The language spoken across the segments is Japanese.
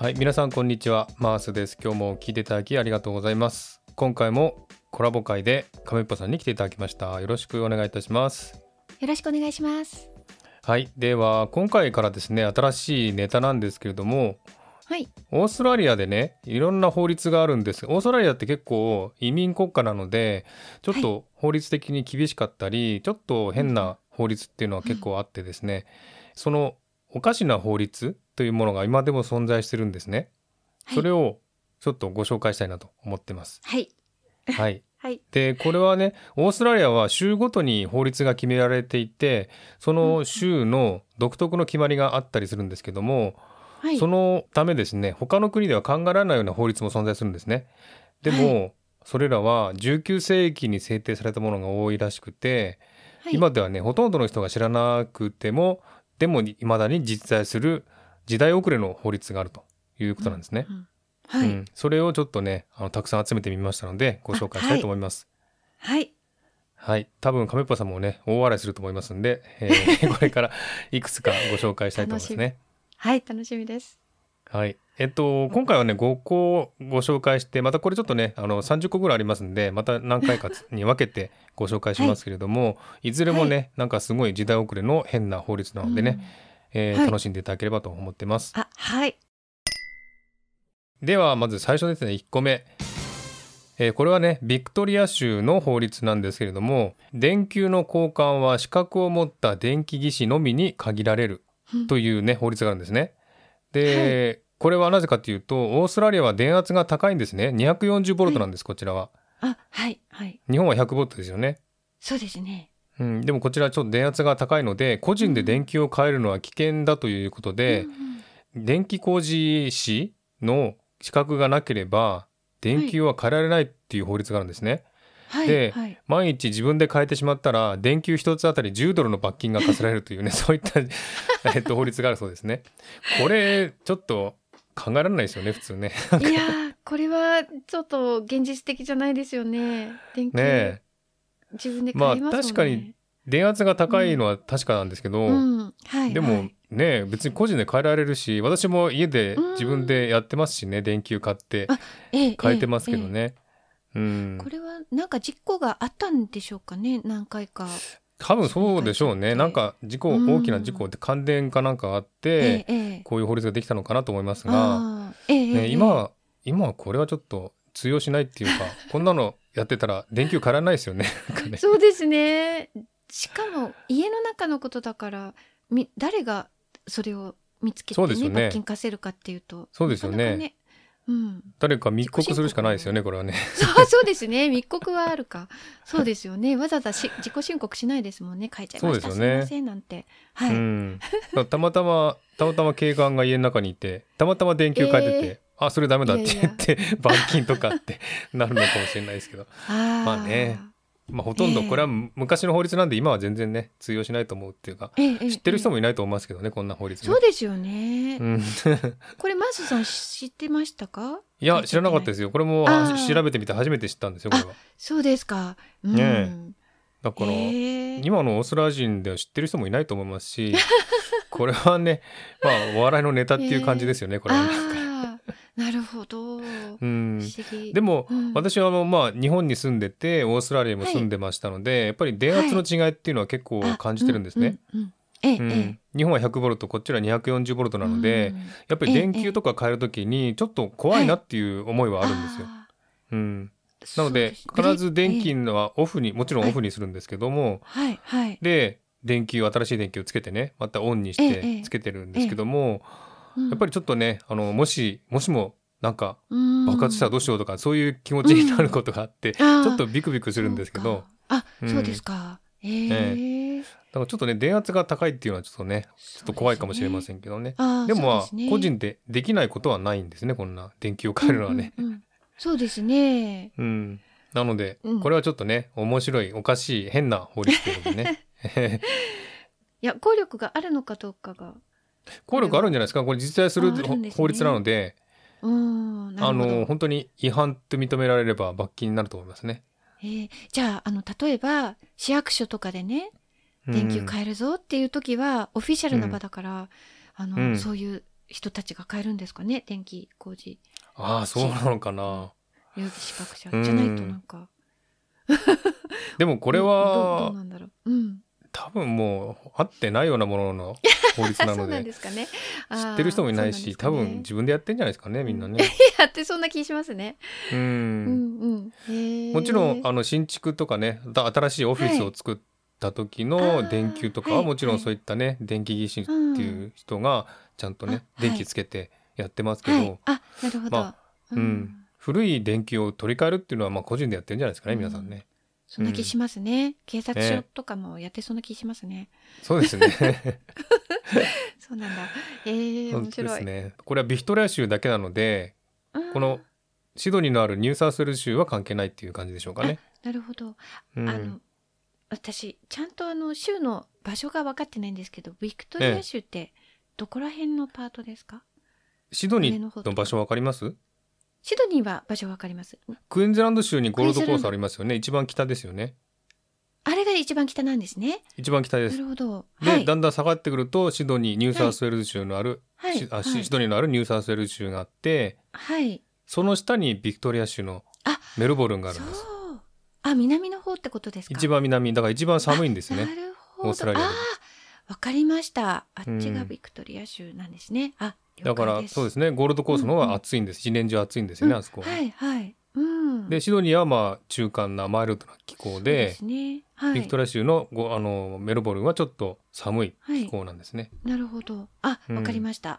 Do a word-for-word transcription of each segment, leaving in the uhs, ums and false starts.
はい、皆さんこんにちは、マースです。今日も聞いていただきありがとうございます。今回もコラボ会で亀っぽさんに来ていただきました。よろしくお願いいたします。 よろしくお願いします。 はい、では今回からですね、新しいネタなんですけれども、 はい。 オーストラリアでね、いろんな法律があるんです。オーストラリアって結構移民国家なので、ちょっはい。 と法律的に厳しかったり、ちょっと変な法律っていうのは結構あってですね、そのおかしな法律というものが今でも存在してるんですね。 はい。 それをちょっとご紹介したいなと思ってます。 はい。 はい。 はい。 で、これはね、オーストラリアは州ごとに法律が決められていて、そうん。 の州の独特の決まりがあったりするんですけども、そはい。 のためですね、他の国では考えられないような法律も存在するんですね。ではい。 も、それらはじゅうきゅうせいきに制定されたものが多いらしくて、 はい。 今ではね、ほとんどの人が知らなくても、でも未だに実在する時代遅れの法律があるというこうん。 となんですね。 うん。はい。 うん、それをちょっとね、あのたくさん集めてみましたので、ごあ、 紹介したいとはい。 思います。 はい。 はい、多分亀っぽさんもね、大笑いすると思いますんで、えーこれからいくつかご紹介したいと楽しみ。 思いますね。 はい、楽しみです。 はい。えっと、今回はね、ごこご紹介して、またこれちょっとね、あのさんじゅっこぐらいありますんで、また何回かに分けてご紹介しはい。 ますけれども、いずれはい。 もね、なんかすごい時代遅れの変な法律なのでね、 うん。 えーはい。 楽しんでいただければと思ってます。 あ、はい。 では、まず最初ですね、いっこめ。えーこれはね、ビクトリア州の法律なんですけれども、電球の交換は資格を持った電気技師のみに限られるうん。 というね、法律があるんですね。 はい。 で、これはなぜかというと、オーストラリアは電圧が高いんですね。にひゃくよんじゅうボルはい。 トなんです、こちらは。 あ、はい。はい。 日本はひゃくボルトですよね。 そうですね。 うん、でもこちらちょっと電圧が高いので、個人で電うん。 球を変えるのは危険だということうん。うで、 ん。 電気工事士の資格がなければ、電はい。 球は変えられないっていう法律があるんですね。 はい。 で、 はい。 万一自分で変えてしまったら、電球一つあたりじゅうドルの罰金が課せられるというね、そういったえっと、法律があるそうですね。これ、ちょっと考えられないですよね、普通ね。なんかいやー、これはちょっと現実的じゃないですよね。電ね球え。 自分でまあ、 買えますも確かにんね。 電圧がうん。 高いのは確かなんですけうど、 ん。はいでもはい。 ね、別に個人で変えられるし、私も家うで自分ーん。 でやってますしね、電球買ってあ、ええええ変えてますええ。 けどね。うん。 これはなんか事故があったんでしょうかね、何回か多分自分でそう書いちゃっでしょうね。なんて。 か事うー故、大きな事故ん。 で感電かなんかがあっええて、 ええ。 こういう法律ができたのかなと思いますが、 ああ、えええね、 えええ。 今、今はこれはちょっと通用しないっていうか、こんなのやってたら電球変えられないですよね。なんかね。 そうですね。しかも家の中のことだから、み誰がそれを見つけそうてね、罰ですよね。 金課せるかっていうと、 そうでなすよね。 かなかね、うん、 誰か密自己申告するしかないですよ告ね、これはね。 そうそうですね。密告はあるか。そうですよね。わざわざし自己申告しないですもんね。書いちゃいそうですました。すいまよね。 せんなんて。はい。 うん。だからたまたま、たまたま警官が家の中にいて、たまたま電球変えてて、 ええ、 あ、それダメだっていやいや。 言って罰金とかってなるのかもしれないですけど。まあね。 ああ、 まあほとんどこれはええ、 昔の法律なんで今は全然ね、通用しないと思うっていうか、 えええ知ってる人えええ。 もいないと思いますけどね、こんな法律ね。 そうですよね。 うん。 これマースさん知ってましたか？ いや、 書いち知ゃいけない。 らなかったですよ。これもは調あべてみて初めて知ったんですよ、 あ、あ、 これは。 そうですか。うねえ。 ん。 だから、 へえ。 今のオーストラリア人では知ってる人もいないと思いますし、これはね、まあ、お笑いのネタっていう感じへえ。 ですよね、これはね。なんかね。 ああ、なるほど。不うん。 思議。 でも、 うん。 私はあの、まあ、日本に住んでて、オーストラリアにもはい。 住んでましたので、やっぱり電圧のはい。 違いっていうのは結構あ、 感じうんてるんですね。 うんうん。ええええ。 うん。日本はひゃくボルト、こっちはにひゃくよんじゅうボルトうなので、 ん。 やっぱりええ電球とええ。 か変えるときに、ちょっと怖いなはい。 っていう思いはあるんですよ。 あうん。 あ、 なので、 そうです。ブレ必ず電気ええ。 はオフに、もちろんはい。 オフにするんですけども、 はいはい。 で、電球、新しい電球をつけてね、またオンにしえええてつえ。 けてるんですけええ。 ども、やっぱうん。 りちょっとね、あの、もし、もしも、なんか、 うー爆発したらどうん。 しようとか、そういう気持ちになるうん。 ことがあって、ちょっああ、 とビクビクするんそうですけど、 か。あ、そうですうん、 か。 ええ。 ええ。 だからちょっとね、電圧が高いっていうのはちょっとね、ちょっとそうで怖いかもしれますね。 せんけどね。 ああ、 でもまそうですあ、個ね。 人でできないことはないんですね、こんな電球をうん変えるのはね。 うんうん。そうですね。 うん。なので、 うん。 これはちょっとね、面白い、おかしい、変な法律ということでね。 いや、効力があるのかどうかが、こ効れは、 力あるんじゃないですか。これ実在するあ、あるんです法律なのね。 で、 うーん、なあの、 るほど。 本当に違反と認められれば罰金になると思いますね。 ええ、じゃあ、あの、例えば、市役所とかでね、電球うん。 変えるぞっていう時は、オフィシャルな場うん。 だから、あの、 うん。 そういう人たちが買えるんですかね、電気工事ああそうなのかな。 有機資格者じゃないとなんかでもこれどどうはなんだろう、うん、 多分もう合ってないようなものの法律なそうなんのでですかね。 知ってる人もいないし、 あーそうなんですかね、 多分自分でやってんじゃないですかね、みんなね。 やってそんな気しますね。 ううんんうんへえ。 もちろんあの新築とかね、だ新しいオフィスを作った時の電球とかはもちろんそういったね、電気技師っていう人がちゃんとね、 あはい電気つけてやってますけはい、 ど、 あなるほど、 まあうん古い電球を取り替えるっていうのはまあ個人でやってるんじゃないですかね、皆さんね。 そんな気しますね、警察署ねとかもやってそうな気しますね。 そうですねそうなんだ。えー、 本当で面白い。 すね。これはビクトリア州だけなので、 うんこのシドニーのあるニューサウスウェールズ州は関係ないっていう感じでしょうかね。 なるほど。 うんあの私ちゃんとあの州の場所が分かってないんですけど、ビクトリア州ってどこら辺のパートですか？ シドニーの場所わかります？ シドニーは場所分かります。 クイーンズランド州にゴールドコーストありますよね。一番北ですよね。 あれが一番北なんですね。 一番北でなす。 るほど。 で、 はいだんだん下がってくるとシドニーニューサウスウェールズ州のある、 はいしあはいシシドニーのあるニューサウスウェールズ州があって、 はいその下にビクトリア州のあメルボルンがあるそんです。 うあ南の方ってことですか？ 一番南だから一番寒いんですね。 あなるほど。 オーストラリアでもあーわかりました。あっちうんがビクトリア州なんですね。あだからそうですすね、ゴールドコーストの方が暑いんです。一年中暑いんですよね、あそこは。 はいはい。うん。 でシドニーはまあ中間なマイルドな気候そうでですね。はい。 ビクトリア州のごあのメルボルンはちょっと寒い気候なんですね。 なるほど。あうんわかりました。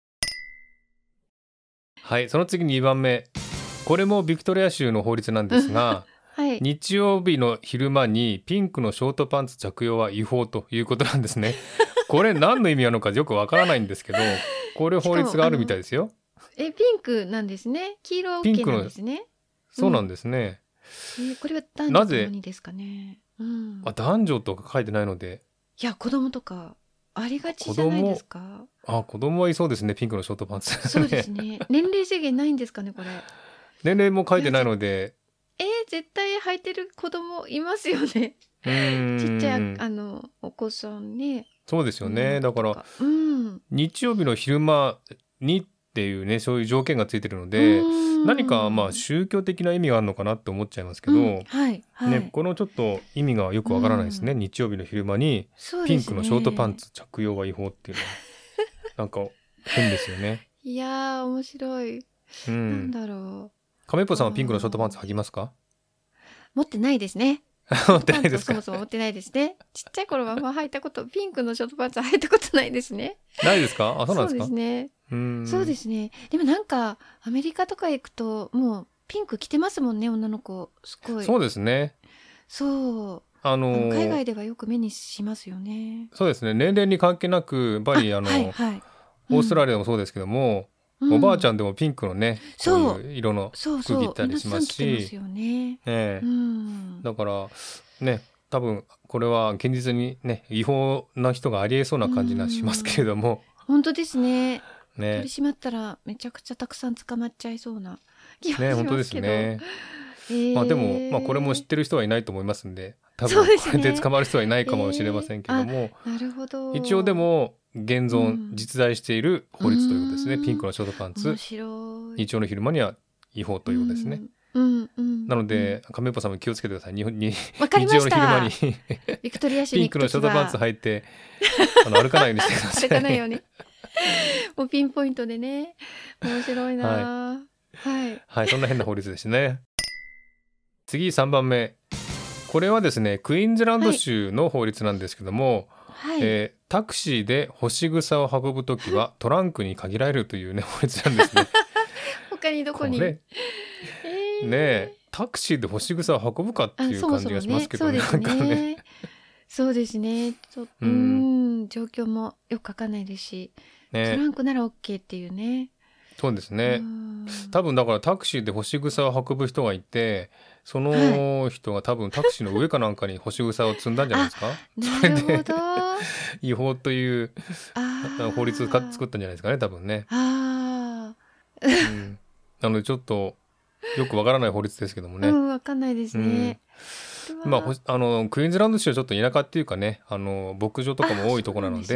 はい、その次にばんめ、これもビクトリア州の法律なんですがはい。 日曜日の昼間にピンクのショートパンツ着用は違法ということなんですね。これ何の意味なのかよくわからないんですけど、これ法律があるみたいですよ。 えピンクなんですね。黄色はピン OK クのなんですね。 そうなんですね。 えーこれは男女なぜともにですかね。うん。 あ男女とか書いてないので、 いや子供とかありがちじゃないですか。 あ子供はいそうですね、ピンクのショートパンツ。 そうですね。年齢制限ないんですかねこれ。 年齢も書いてないので、 えー、絶対履いてる子供いますよね。 うーんちっちゃいあのお子さんね。 そうですよね。だからうん。 日曜日の昼間にっていうね、そういう条件がついてるので、何かまあ宗教的な意味があるのかなって思っちゃいますけど、 うんはいはい。 ね、このちょっと意味がよくわからないですね。 う日曜日の昼間にそうですねピンクのショートパン。ツ着用は違法っていうのはなんか変ですよね。 いやー面白い。 うなんん。 だろ亀っぽさんはピンクのショートパンツ履きますか？ う。持ってないですね。 持ってないですか？ ショートパンツをそもそも持ってないですね。ちっちゃい頃はあんま履いたことピンクのショートパンツ履いたことないですね。 ないですか？あ、そうなんですか？ そうですね。 うんそうですね。でもなんかアメリカとか行くともうピンク着てますもんね女の子すごい。 そうですね。 そう。 あのあのー海外ではよく目にしますよね。 そうですね、年齢に関係なくやっぱりあの、 はいはい。 オーストラリリアもそうですけども、 アおばあちゃん。 ゃんでもピンクのねそうこういう色のそうそう。 服着たりしますし、 皆さん着てますよね。 ええうん。 だからね、多分これは現実にね違法な人がありえそうな感じがしますけれども、 本当ですね。取ねり締まったらめちゃくちゃたくさん捕まっちゃいそうな気がしね本当ですますけど。 ね。 えーまあでも、まあ、これも知ってる人はいないと思いますんで、多分そうですねこれで捕まる人はいないかもしれませんけども、 なるほど。 一応でも現存、 うん実在している法律ということですね。 うんピンクのショートパンツ面白い。 日曜の昼間には違法ということですね。 うん。うんうんなので亀っぽさんも気をつけてください。日本にわかりま日曜したの昼間にビクトリア州にピンクの行くときはショートパンツ履いてあの歩かないようにしてください。 歩かないようにもうピンポイントでね。面白いな。はい。 はい、そんな変な法律ですね。次さんばんめ、これはですねクイーンズランド州の法律なんですけども、 はい。 えータクシーで干し草を運ぶときはトランクに限られるというね法律なんですね。 他にどこに。 これえーねえタクシーで干し草を運ぶかっていう感じがしますけどね。 あそもそもねそうですなんかねね。そうですね。ちょううーん状況もよく書かないですし、トねランクなら OK っていうね。 そうですうね。 ん多分だからタクシーで干し草を運ぶ人がいて、その人が多分タクシーの上かなんかに干し草を積んだんじゃないですか。 なるほど。 違法というあー法律をか作ったんじゃないですかね多分ね。 あうん、なのでちょっとよくわからない法律ですけどもー、 ね。 うんわかんないですね。うわまあほあのクイーンズランド州はちょっと田舎っていうかね、あの牧場とかも多いところなので、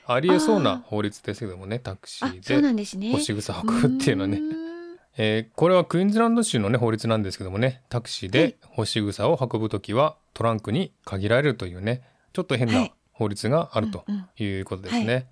ありえそうな法律ですけどもね、タクシあ、そうーでなんですね。 干し草を運ぶっていうのはね、 うーんえーこれはクイーンズランド州のね法律なんですけどもね、タクシーで干し草を運ぶときはトランクに限られるというね、ちょっと変はない法律があるとうんうんいうことですね。 は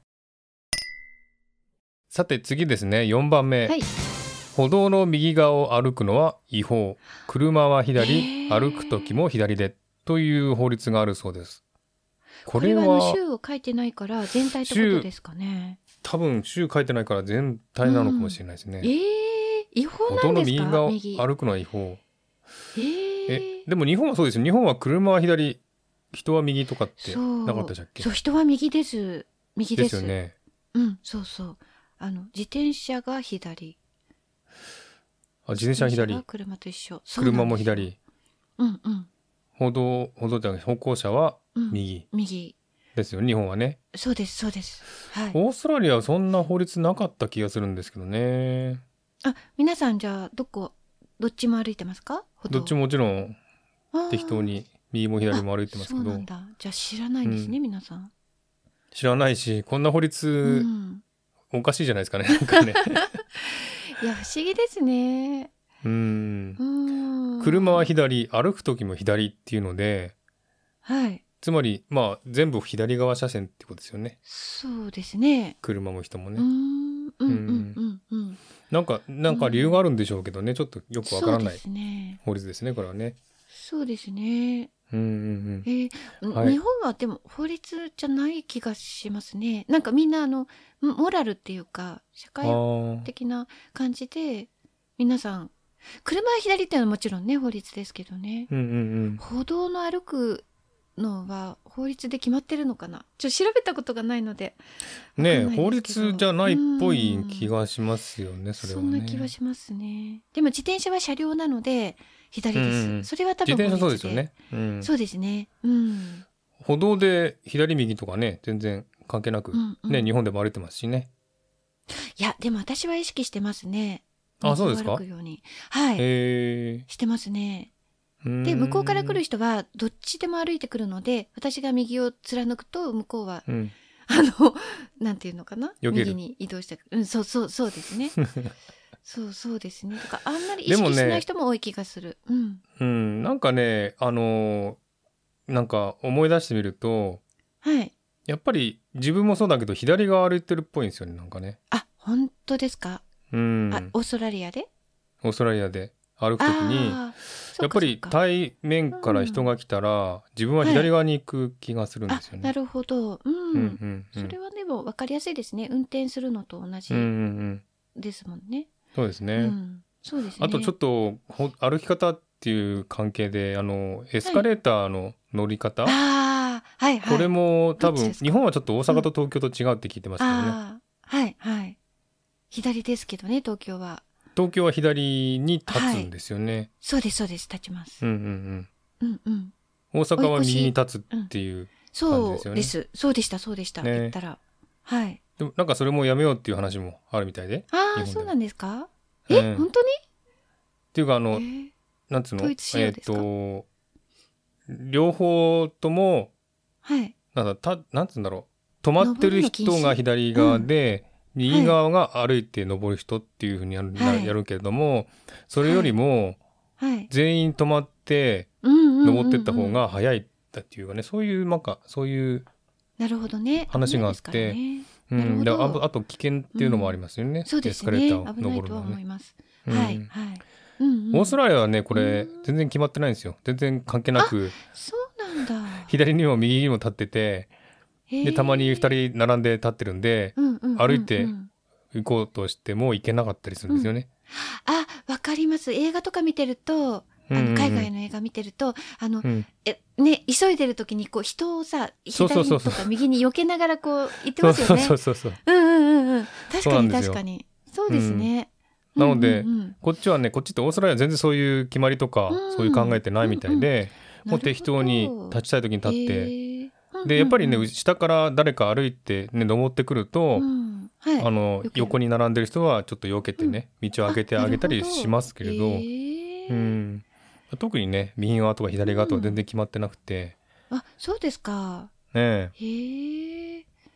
さて次ですね、よんばんめ、 はい。 歩道の右側を歩くのは違法、車は左、 へー歩くときも左でという法律があるそうです。ここれはあのれは州を書いてないから全体ってことですかね。 多分州書いてないから全体なのかもしれないですね。 えー、違法歩道なんですかの右側を右。 歩くのは違法。 ええー、 でも日本はそうですよ。日本は車は左、人は右とかってそうなかったでしたっけ？ そう人は右です右でですすよね。 うんそうそうあの自転車が左あ、自転車は自左、 車と一緒そうなんですよ車も左、 うんうん歩道歩道じゃなくて歩行者はうん右右ですよ。日本はね。 そうですそうですはいオーストラリアはそんな法律なかった気がするんですけどね。 あ皆さんじゃあどこどっちも歩いてますか歩道どっちももちろんあー適当に右も左も歩いてますけど、 あそうなんだじゃあ知らないんですね、皆さん知らないし、こんな法う律んおかしいじゃないですかね。なんかね。 いや不思議ですねうーんう。ん車は左、歩く時も左っていうので、 はいつまりまあ全部左側車線ってことですよね。 そうですね車も人もね。 うーんうんうんうんうんなんかなんか理由があるんでしょうけどね、ちょっとよくわからないそうですね法律ですね、これはね。 そうですねうんうんえーはい日本はでも法律じゃない気がしますねなんかみんなあのモラルっていうか社うん。 会ああ、 的な感じで皆さん車は左っていうのはもちろんね法律ですけどねうんうんうん。 歩道の歩くのは法律で決まってるのかなちょっと調べたことがないのでわかねえ、 んない法ですけど律じゃないっぽいうん気がしますよね、それはね。 そんな気はしますねでも自転車は車両なので左です、 うんうんそれは多自転車そう分法律ですよね。うん。 そうですねうん歩道で左右とかね、全然関係なく、 うんうんね、日本でも歩いてますしね。 いやでも私は意識してますねあ、そうですか。 右を歩くようにはい、 へえ。 してますねうーんで向こうから来る人はどっちでも歩いてくるので私が右を貫くと向こうはうん。 あのなんていうのかな避ける右に移動してくる、うん、そうそうそうですねそうそうですねだからあんまり意でもね識しない人も多い気がする、うんうん、なんかね、あのーなんか思い出してみると、 はいやっぱり自分もそうだけど左側歩いてるっぽいんですよね、なんかね。 あ本当ですか、 うん。 あオーストラリアでオーストラリアで歩くときに、 あーやっぱりそかそか対面から人が来たら、自分は左側に行く気がするんですよね。 あなるほどうん、 うんうんうん。 それはでも分かりやすいですね運転するのと同じうんうんうん。 ですもんね、 そうですね。 うん、そうですねあとちょっとほ歩き方っていう関係で、あのエスカレーターの乗り方、 ああはいはいこれも多どっちですか分日本はちょっと大阪と東京と違うって聞いてますけどね。 ああはいはい左ですけどね東京は東京は左に立つんですよね。 そうですそうです立ちます、 うんうんうんうんうん。大阪は右に立つっていう。 そう感じですよねですそうでしたそうでした、 ね言ったらはいでもなんかそれもやめようっていう話もあるみたいで。 あ日本でもあそうなんですかうんえ、本当にっていうかあの、 えーなんつうの、 統一しようですかえっと両方ともはいなんだたなんつうんだろう、止まってる人が左側で、 ん右側が歩いて登る人っていうふうにやる,、 はいやるけれども、それよりもはい全員止まってうんうんうんうん登ってった方が早いだっていうかね、そういうなんかそういう、 なるほどね話があって危ないですからねうなるほん、だからどああと危険っていうのもありますよね、 そうですエスカレねーターを危ないとは登るのはね。 思います、 うんはいはいうんうんオーストラリアはねこれうん全然決まってないんですよ。全然関係なくそうなんだ左にも右にも立ってて、 へーでたまにふたり並んで立ってるんで、 うんうんうんうん歩いて行こうとしても行けなかったりするんですよね。 あわかります映画とか見てるとあうんうんうんの海外の映画見てるとあのうん、 えね急いでる時にこう人をさそうそうそうそう左とか右に避けながらこう行ってそうそうますよねそうそうそう。 うんうんうんうん確かにそうなんですよ確かにそうですね、 なので、 うんうんうんこっちはねこっちってオーストラリアは全然そういう決まりとか、 うんそういう考えてないみたいで、もう適当になるほど立ちたい時に立って、 へーでやっぱりね、 うんうん下から誰か歩いてね登ってくると、 うんはいあの避ける横に並んでる人はちょっと避けてね、道を開けてあげたりしますけれど、 あなるほへーうん、特にね右側とか左側とか全然決まってなくて、 あそうですかねへえ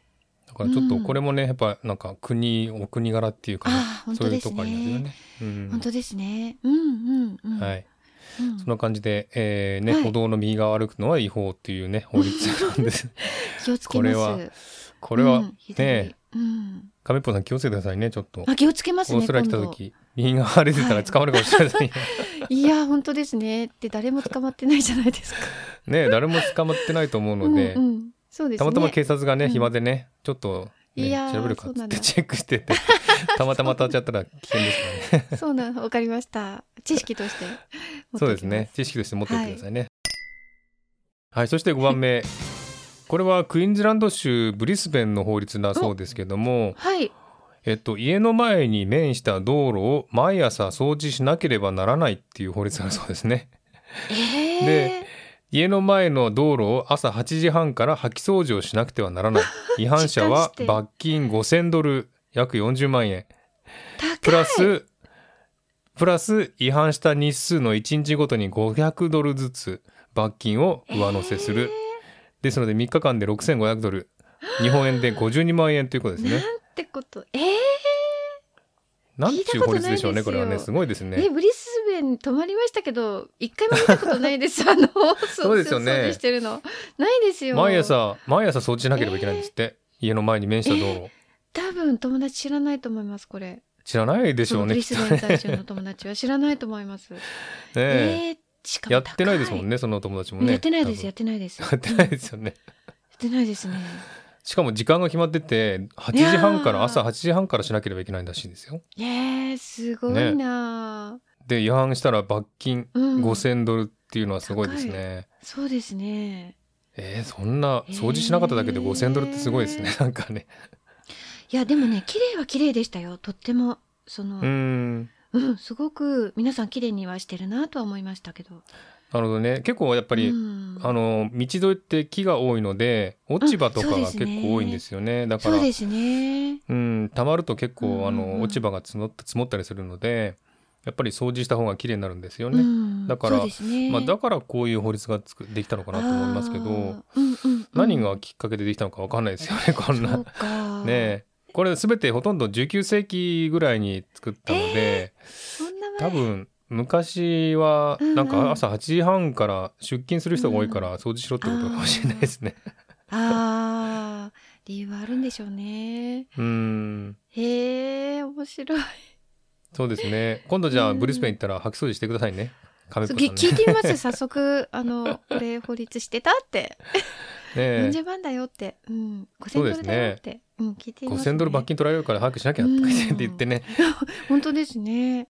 だからちょっとこれもね、やっぱなんか国お国柄っていうかね、 あ本当ですね。 そういうとこありますよね。うん、 本当ですね。うんうんうん。 はい、 うん、 そんな感じで、えーねはい歩道の右側を歩くのは違法っていうね法律なんです気をつけます。 これはこれはうん、左ね、 うん。 亀っぽさん気をつけてくださいね。ちょっとあ、気をつけますね。 オーストラリア来た今度。 時右側歩いてたら捕まるかもしれませんよ、 いや本当ですね。って誰も捕まってないじゃないですか。 ね、誰も捕まってないと思うので、 うんうん、そうですね。 たまたま警察がね、 うん暇でねちょっと、ね、 いやー調べるかっつそうなんだってチェックしててたまたま当たっちゃったら危険ですからねそうなん、わかりました。知識として持っておきます。 そうですね、知識として持っておいてくださいね。はい、はい、そしてごばんめこれはクイーンズランド州ブリスベンの法律だそうですけども、 はい。 えっと、家の前に面した道路を毎朝掃除しなければならないっていう法律がそうですね。 えー、 で、家の前の道路を朝はちじはんから掃き掃除をしなくてはならない。違反者は罰金ごせんドル、約よんじゅうまんえん。プラス、プラス違反した日数のいちにちごとにごひゃくドルずつ罰金を上乗せする。えー、ですのでみっかかんでろくせんごひゃくドル、日本円でごじゅうにまんえんということですね。 なんてこと。えーなんていう法律でしょうね、これはね、すごいですね。 え、ブリスベン泊まりましたけど、一回も見たことないです。あの、 そうですよね。 掃除してるのないですよ。 毎朝、毎朝掃除しなければいけないんですって。えー、家の前に面した道路。えー、 多分友達知らないと思います、これ。 知らないでしょうね。 ブリスベン在住の友達は知らないと思います。ねえー、しかもやってないですもんね、その友達もね。 やってないです、やってないです。 やってないですよね。 やってないですね。 しかも時間が決まっててはちじはんから朝はちじはんからしなければいけないらしいですよ。 えー、すごいな、ね、 で違反したら罰金ごせんドルっていうのはすごいですね。 そうですね。 えー、そんな掃除しなかっただけでごせんドルってすごいですね、えー、なんかね。 いやでもね綺麗は綺麗でしたよ。とってもそのうんうんすごく皆さん綺麗にはしてるなとは思いましたけど。 なるほどね。結構やっぱり、うん、あの道沿いって木が多いので落ち葉とかが結構多いんですよね。うん、だからそうですね。 うん、たまると結構、うんうん、あの落ち葉が積もった積もったりするのでやっぱり掃除した方が綺麗になるんですよね。うん、だから、ね、まあ、だからこういう法律がつくできたのかなと思いますけど、うんうんうん、何がきっかけでできたのか分かんないですよねこんなね。これ全てほとんどじゅうきゅうせいきぐらいに作ったので、えー、そんな前多分昔はなんか朝はちじはんから出勤する人が多いから掃除しろってことかもしれないですね。 うん、ああ理由はあるんでしょうね。うんへえ面白い。そうですね。今度じゃあブリスベン行ったら掃き掃除してくださいね。 亀っぽさんね。聞いてみます早速あのこれ法律してたってねよんじゅうまんだよって、うん、ごせんドルだよって、ねうん、聞いてみますね。 ごせんドル罰金取られるから早くしなきゃとか言ってね。 本当ですね。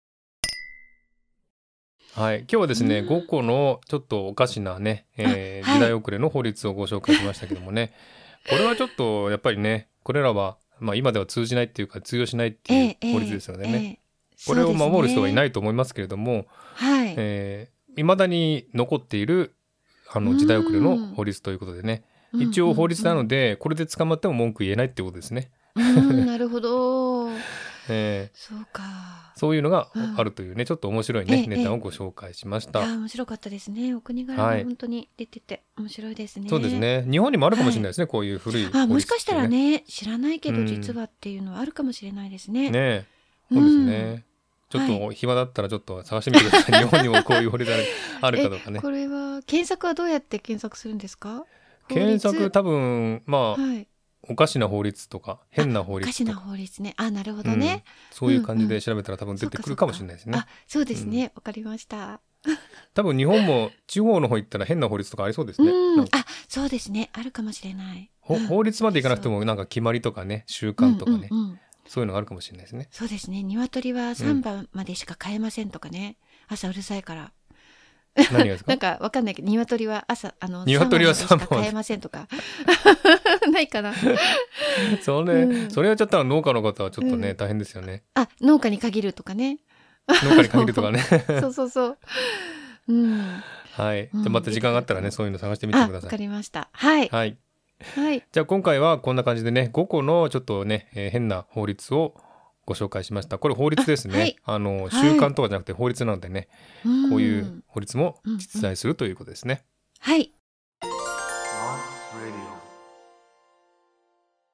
はい、今日はですね、うん、ごこのちょっとおかしなね、えーはい、時代遅れの法律をご紹介しましたけどもねこれはちょっとやっぱりねこれらは、まあ、今では通じないっていうか通用しないっていう法律ですのでね、えーえーえー、これを守る人はいないと思いますけれども、はいえー、未だに残っているあの時代遅れの法律ということでね、うん、一応法律なのでこれで捕まっても文句言えないってことですね。 うんなるほどえー、そうかそういうのがあるというね、うん、ちょっと面白いね、ええ、ネタをご紹介しました。 いや面白かったですね。お国柄が本当に出てて面白いですね、はい、 そうですね。日本にもあるかもしれないですね、はい、こういう古い法律、ね、 あもしかしたらね知らないけど実はっていうのはあるかもしれないですね。 うん、ねそうですね、うん、ちょっと暇だったらちょっと探してみてください、はい、日本にもこういう法律あるかどうかね。 これは検索はどうやって検索するんですか？ 検索多分まあ、はいおかしな法律とか変な法律とかおかしな法律ね。あなるほどね、 うん、そういう感じで調べたら多分出てくるかもしれないですね。 うんうん、あそうですねわ、うん、かりました。 多分日本も地方の方行ったら変な法律とかありそうですね。 うんあそうですねあるかもしれない。 法律までいかなくてもなんか決まりとかね習慣とかね、うんうんうん、そういうのがあるかもしれないですね。 そうですね鶏はさんばんまでしか飼えませんとかね、うん、朝うるさいから何がですかなんかわかんないけど鶏は朝あの鶏はさんばんまでしか飼えませんとかないかなそれ、うん、それやっちゃったら農家の方はちょっとね、うん、大変ですよね。 あ農家に限るとかね農家に限るとかねそうそうそう、うん、 はい、じゃあまた時間があったらね、うん、そういうの探してみてください。 わかりましたはい、 はいはい、じゃあ今回はこんな感じでねごこのちょっとね、えー、変な法律をご紹介しました。これ法律ですね。あ、はい、あの習慣とかじゃなくて法律なのでね、はい、こういう法律も実在するということですね。 うんうん、はい。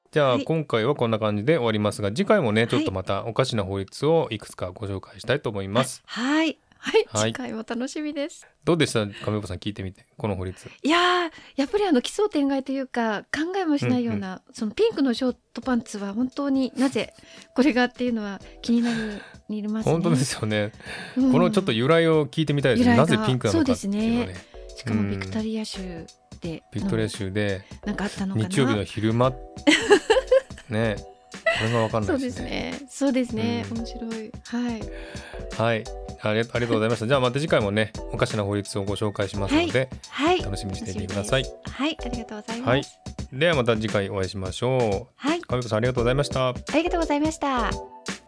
じゃあ、 はい今回はこんな感じで終わりますが、次回もねちょっとまたおかしな法律をいくつかご紹介したいと思います。 はいはい、 はい次回も楽しみです。 どうでした亀子さん、聞いてみてこの法律。 いやーやっぱりあの奇想天外というか考えもしないような、そのピンクのショートパンツは本当になぜこれがっていうのは気になりますね。 本当ですよね、 うんこのちょっと由来を聞いてみたいですね。な由来がぜピンクなのかっていうのね。 そうですしかもビクトリア州でビクトリア州でなんかあったのかな。 日曜日の昼間ね、これが分かんなそいうですですね。 ねそうですね、 うん面白い。はいはい、ありがとうありがとうございました。じゃあまた次回もねおかしな法律をご紹介しますので、 はい楽しみにしていてください。 楽しみです。はい、ありがとうございはいます。 ではまた次回お会いしましょう。 はい、 亀子さん、ありがとうございました。 ありがとうございました。